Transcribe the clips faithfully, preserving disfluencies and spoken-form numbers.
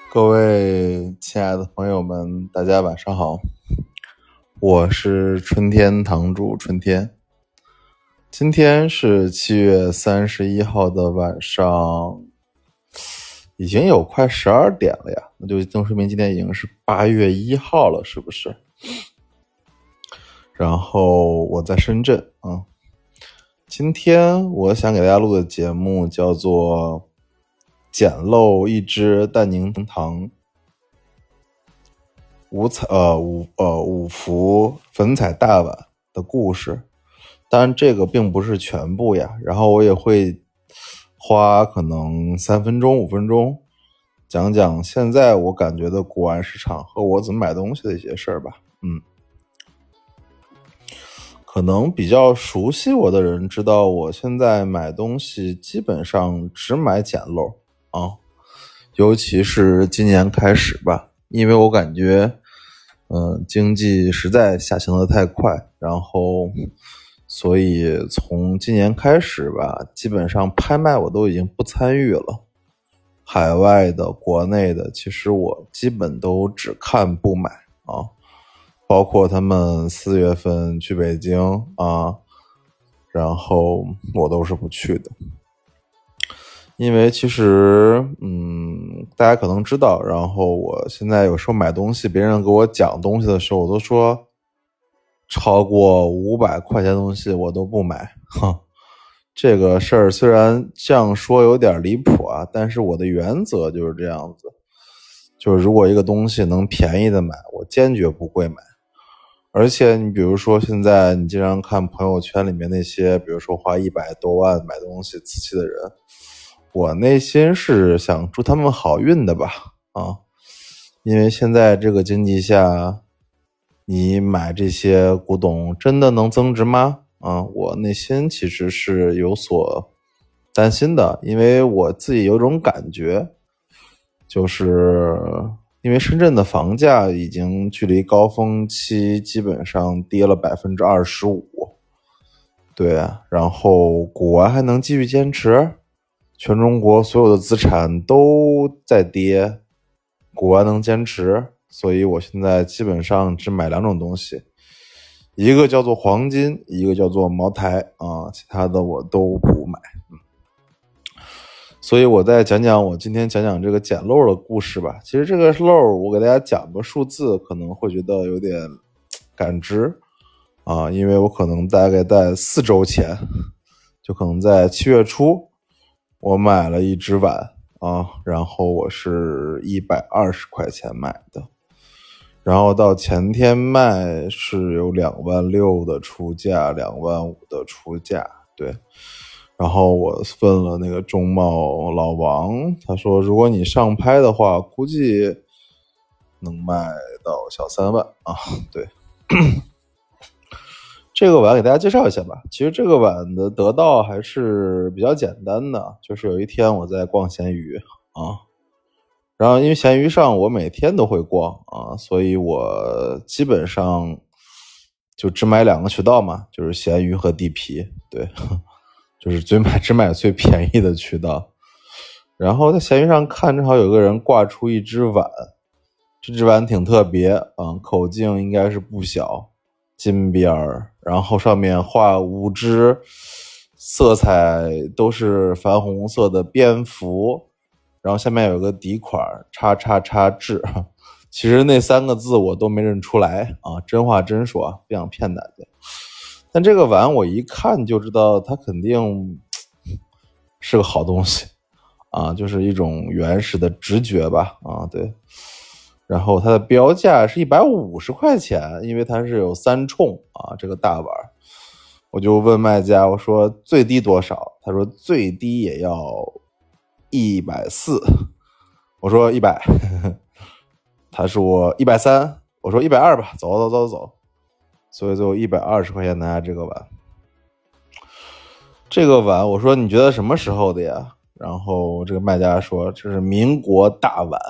各位亲爱的朋友们，大家晚上好，我是春天堂主春天。今天是七月三十一号的晚上，已经有快十二点了呀，那就正说明今天已经是八月一号了，是不是？然后我在深圳啊。今天我想给大家录的节目叫做捡漏一支淡柠糖五彩呃五呃五福粉彩大碗的故事，当然这个并不是全部呀。然后我也会花可能三分钟五分钟讲讲现在我感觉的国外市场和我怎么买东西的一些事儿吧。嗯，可能比较熟悉我的人知道，我现在买东西基本上只买捡漏啊，尤其是今年开始吧，因为我感觉嗯，经济实在下行的太快，然后所以从今年开始吧，基本上拍卖我都已经不参与了。海外的、国内的，其实我基本都只看不买啊。包括他们四月份去北京啊，然后我都是不去的。因为其实嗯，大家可能知道，然后我现在有时候买东西，别人给我讲东西的时候，我都说超过五百块钱的东西我都不买。哈，这个事儿虽然这样说有点离谱啊，但是我的原则就是这样子，就是如果一个东西能便宜的买，我坚决不会买。而且你比如说现在你经常看朋友圈里面那些比如说花一百多万买东西瓷器的人，我内心是想祝他们好运的吧啊，因为现在这个经济下你买这些古董真的能增值吗？啊，我内心其实是有所担心的，因为我自己有种感觉，就是因为深圳的房价已经距离高峰期基本上跌了 百分之二十五， 对啊，然后古玩还能继续坚持，全中国所有的资产都在跌，古玩能坚持，所以我现在基本上只买两种东西，一个叫做黄金，一个叫做茅台啊，其他的我都不买。所以我再讲讲我今天讲讲这个捡漏的故事吧。其实这个漏我给大家讲个数字，可能会觉得有点感知啊，因为我可能大概在四周前，就可能在七月初，我买了一只碗啊，然后我是一百二十块钱买的，然后到前天卖是有两万六的出价，两万五的出价，对。然后我问了那个中贸老王，他说如果你上拍的话，估计能卖到小三万啊。对，这个碗给大家介绍一下吧。其实这个碗的得到还是比较简单的，就是有一天我在逛闲鱼啊，然后因为闲鱼上我每天都会逛啊，所以我基本上就只买两个渠道嘛，就是闲鱼和地皮，对。就是最买只买最便宜的渠道，然后在闲鱼上看，正好有个人挂出一只碗，这只碗挺特别啊，口径应该是不小，金边儿，然后上面画五只色彩都是矾红色的蝙蝠，然后下面有个底款叉叉叉志，其实那三个字我都没认出来啊，真话真说啊，不想骗大家。但这个碗我一看就知道它肯定是个好东西啊，就是一种原始的直觉吧啊，对。然后它的标价是一百五十块钱，因为它是有三冲啊，这个大碗。我就问卖家，我说最低多少？他说最低也要一百四。我说一百，他说一百三，我说一百二吧，走走走走。所以最后一百二十块钱拿下这个碗。这个碗我说你觉得什么时候的呀？然后这个卖家说这是民国大碗。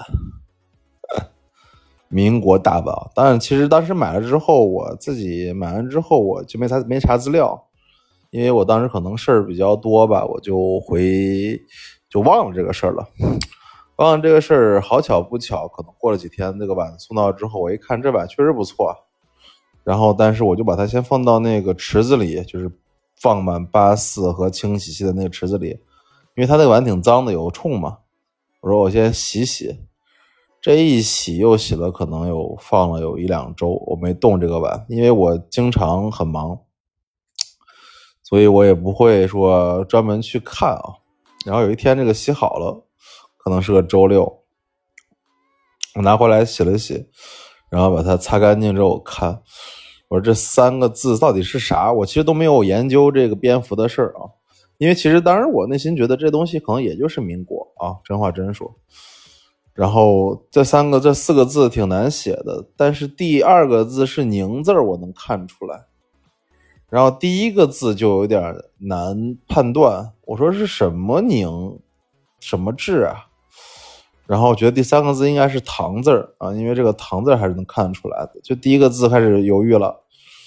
民国大碗，当然其实当时买了之后，我自己买完之后我就没查没查资料，因为我当时可能事儿比较多吧，我就回就忘了这个事儿了。 忘了这个事儿，好巧不巧，可能过了几天，这个碗送到之后，我一看这碗确实不错，然后但是我就把它先放到那个池子里，就是放满八四和清洗器的那个池子里，因为它那个碗挺脏的，有冲嘛。我说我先洗洗，这一洗又洗了，可能有放了有一两周，我没动这个碗，因为我经常很忙，所以我也不会说专门去看啊。然后有一天这个洗好了，可能是个周六，我拿回来洗了洗，然后把它擦干净之后我看，我说这三个字到底是啥？我其实都没有研究这个蝙蝠的事儿啊，因为其实当然我内心觉得这东西可能也就是民国啊，真话真说。然后这三个这四个字挺难写的，但是第二个字是宁字我能看出来，然后第一个字就有点难判断，我说是什么宁什么志啊，然后我觉得第三个字应该是唐字啊，因为这个唐字还是能看出来的，就第一个字开始犹豫了，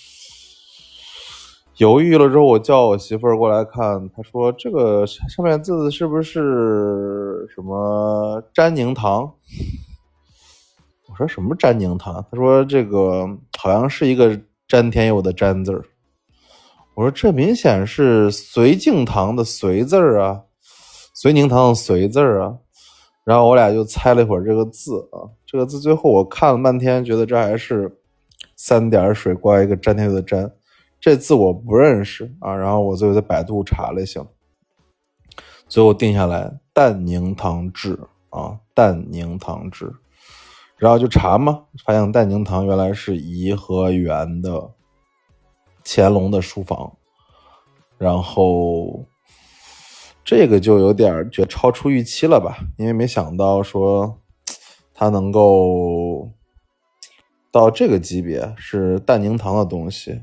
犹豫了之后我叫我媳妇儿过来看，她说这个上面字是不是什么詹宁堂？我说什么詹宁堂？她说这个好像是一个詹天佑的詹字。我说这明显是隋敬堂的隋字啊，隋宁堂的隋字啊。然后我俩就猜了一会儿这个字啊，这个字最后我看了半天，觉得这还是三点水挂一个詹天佑的詹，这字我不认识啊。然后我最后在百度查了一下，最后定下来淡宁堂志啊，淡宁堂志。然后就查嘛，发现淡宁堂原来是颐和园的乾隆的书房，然后这个就有点觉得超出预期了吧，因为没想到说他能够到这个级别，是淡宁堂的东西。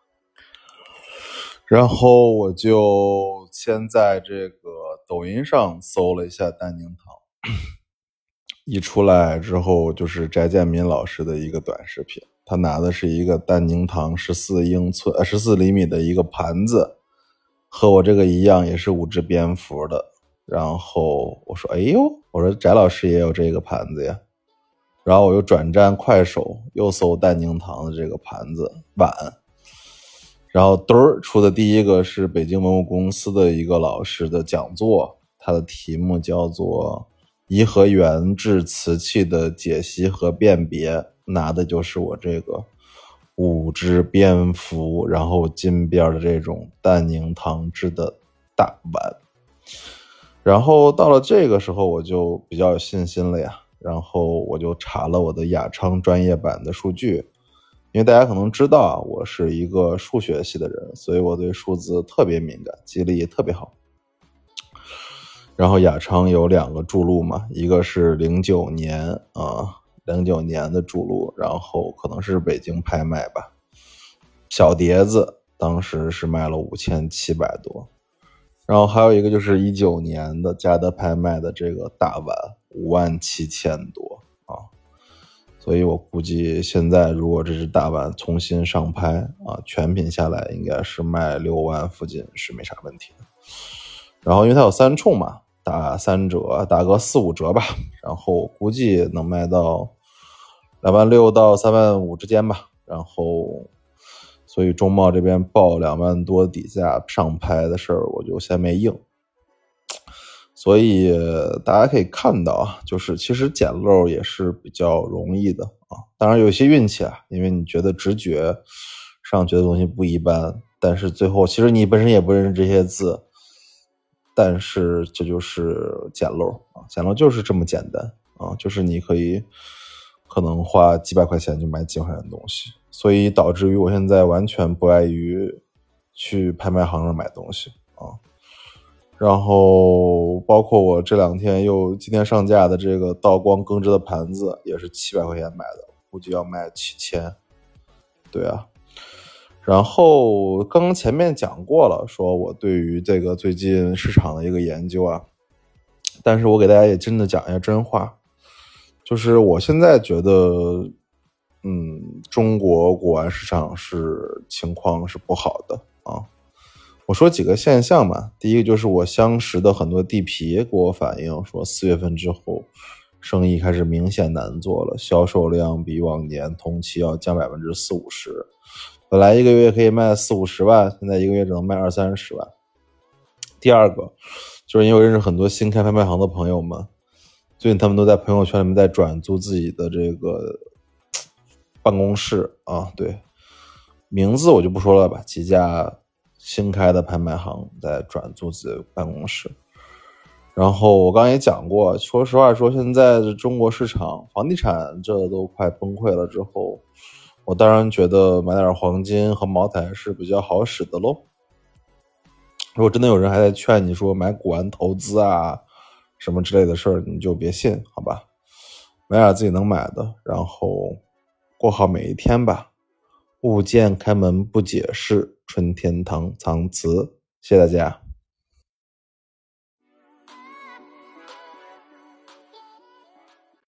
然后我就先在这个抖音上搜了一下淡宁堂，一出来之后就是翟建民老师的一个短视频，他拿的是一个淡宁堂十四英寸呃十四厘米的一个盘子，和我这个一样也是五只蝙蝠的。然后我说哎呦，我说翟老师也有这个盘子呀。然后我又转战快手，又搜淡宁堂的这个盘子碗，然后墩儿出的第一个是北京文物公司的一个老师的讲座，他的题目叫做颐和园制瓷器的解析和辨别，拿的就是我这个五只蝙蝠然后金边的这种淡宁堂制的大碗。然后到了这个时候我就比较有信心了呀，然后我就查了我的雅昌专业版的数据，因为大家可能知道啊，我是一个数学系的人，所以我对数字特别敏感，记忆力也特别好。然后雅昌有两个注录嘛，一个是零九年啊，零九年的注录，然后可能是北京拍卖吧，小碟子当时是卖了五千七百多，然后还有一个就是一九年的嘉德拍卖的这个大碗五万七千多啊，所以我估计现在如果这只大碗重新上拍啊，全品下来应该是卖六万附近是没啥问题的。然后因为它有三冲嘛，打三折，打个四五折吧，然后估计能卖到两万六到三万五之间吧。然后，所以中贸这边报两万多底价上拍的事儿，我就先没应。所以大家可以看到啊，就是其实捡漏也是比较容易的啊。当然有些运气啊，因为你觉得直觉上觉得东西不一般，但是最后其实你本身也不认识这些字。但是这就是捡漏啊，捡漏就是这么简单啊，就是你可以可能花几百块钱就买几块钱的东西，所以导致于我现在完全不爱于去拍卖行上买东西啊。然后包括我这两天又今天上架的这个道光耕织的盘子也是七百块钱买的，估计要卖七千。对啊。然后刚刚前面讲过了，说我对于这个最近市场的一个研究啊，但是我给大家也真的讲一下真话，就是我现在觉得嗯，中国古玩市场是情况是不好的啊。 我说几个现象吧，第一个就是我相识的很多地皮给我反映说，四月份之后生意开始明显难做了，销售量比往年同期要降百分之四五十。本来一个月可以卖四五十万，现在一个月只能卖二三十万。第二个就是因为我认识很多新开拍卖行的朋友们，最近他们都在朋友圈里面在转租自己的这个办公室啊，对，名字我就不说了吧，几家新开的拍卖行在转租自己的办公室。然后我刚刚也讲过，说实话说，现在中国市场房地产这都快崩溃了之后，我当然觉得买点黄金和茅台是比较好使的咯。如果真的有人还在劝你说买股安投资啊什么之类的事儿，你就别信，好吧，买点自己能买的，然后过好每一天吧。物件开门不解释，春天堂藏词。谢谢大家。